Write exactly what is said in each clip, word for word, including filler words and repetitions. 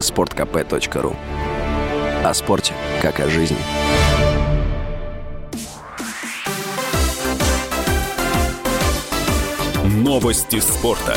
спорт ка пэ точка ру. О спорте, как о жизни. Новости спорта.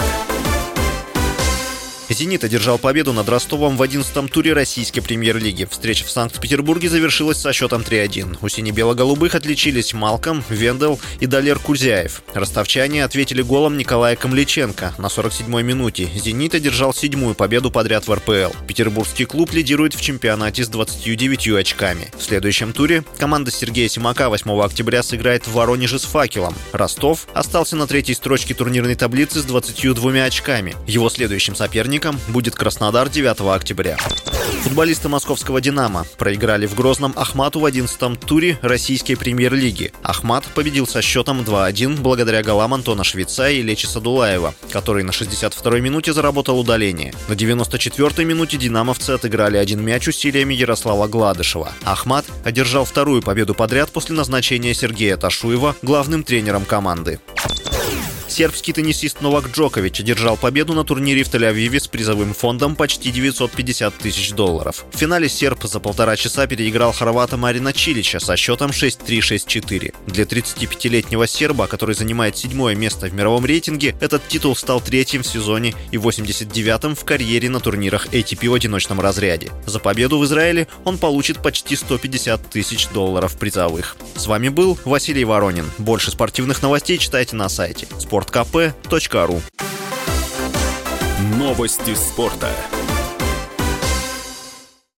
«Зенит» одержал победу над Ростовом в одиннадцатом туре российской премьер-лиги. Встреча в Санкт-Петербурге завершилась со счетом три один. У сине-бело-голубых отличились Малком, Вендел и Далер Кузяев. Ростовчане ответили голом Николая Камличенко на сорок седьмой минуте. «Зенит» одержал седьмую победу подряд в эр пэ эл. Петербургский клуб лидирует в чемпионате с двадцатью девятью очками. В следующем туре команда Сергея Симака восьмого октября сыграет в Воронеже с «Факелом». Ростов остался на третьей строчке турнирной таблицы с двадцатью двумя очками. Его следующим соперником будет Краснодар девятого октября. Футболисты московского «Динамо» проиграли в Грозном Ахмату в одиннадцатом туре российской премьер-лиги. Ахмат победил со счетом два один благодаря голам Антона Швеца и Лечи Садулаева, который на шестьдесят второй минуте заработал удаление. На девяносто четвёртой минуте динамовцы отыграли один мяч усилиями Ярослава Гладышева. Ахмат одержал вторую победу подряд после назначения Сергея Ташуева главным тренером команды. Сербский теннисист Новак Джокович одержал победу на турнире в Тель-Авиве с призовым фондом почти девятьсот пятьдесят тысяч долларов. В финале серб за полтора часа переиграл хорвата Марина Чилича со счетом шесть три - шесть четыре. Для тридцатипятилетнего серба, который занимает седьмое место в мировом рейтинге, этот титул стал третьим в сезоне и восемьдесят девятым в карьере на турнирах эй ти пи в одиночном разряде. За победу в Израиле он получит почти сто пятьдесят тысяч долларов призовых. С вами был Василий Воронин. Больше спортивных новостей читайте на сайте спорт ка пэ точка ру. Новости спорта.